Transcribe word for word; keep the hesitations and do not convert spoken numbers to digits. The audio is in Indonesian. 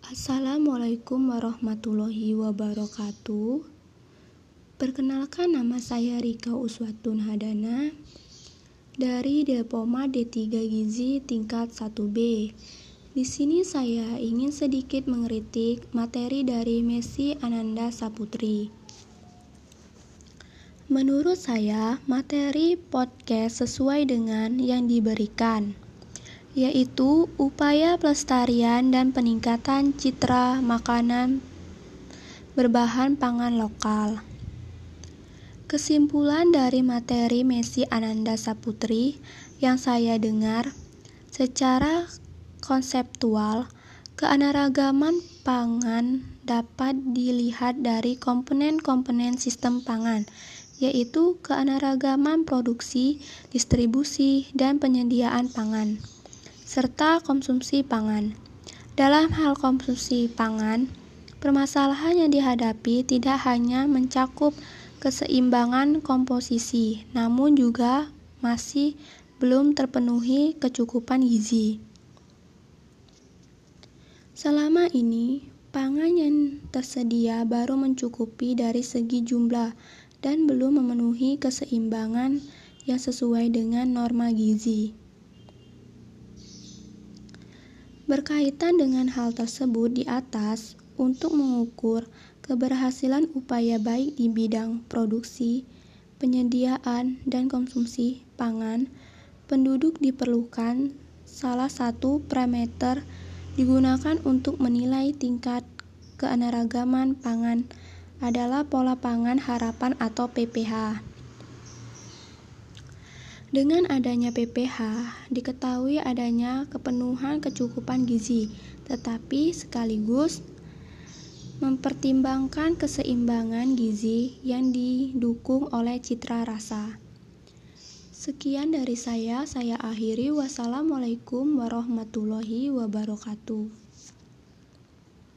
Assalamualaikum warahmatullahi wabarakatuh. Perkenalkan, nama saya Rika Uswatun Hadana dari Depoma D tiga Gizi tingkat satu B. Di sini saya ingin sedikit mengkritik materi dari Messi Ananda Saputri. Menurut saya, materi podcast sesuai dengan yang diberikan, yaitu upaya pelestarian dan peningkatan citra makanan berbahan pangan lokal. Kesimpulan dari materi Messi Ananda Saputri yang saya dengar, secara konseptual, keanekaragaman pangan dapat dilihat dari komponen-komponen sistem pangan, yaitu keanekaragaman produksi, distribusi, dan penyediaan pangan, serta konsumsi pangan. Dalam hal konsumsi pangan, permasalahan yang dihadapi tidak hanya mencakup keseimbangan komposisi, namun juga masih belum terpenuhi kecukupan gizi. Selama ini, pangan yang tersedia baru mencukupi dari segi jumlah dan belum memenuhi keseimbangan yang sesuai dengan norma gizi. Berkaitan dengan hal tersebut di atas, untuk mengukur keberhasilan upaya baik di bidang produksi, penyediaan, dan konsumsi pangan, penduduk diperlukan. Salah satu parameter digunakan untuk menilai tingkat keanekaragaman pangan adalah pola pangan harapan atau P P H. Dengan adanya P P H, diketahui adanya kepenuhan kecukupan gizi, tetapi sekaligus mempertimbangkan keseimbangan gizi yang didukung oleh citra rasa. Sekian dari saya, saya akhiri. Wassalamualaikum warahmatullahi wabarakatuh.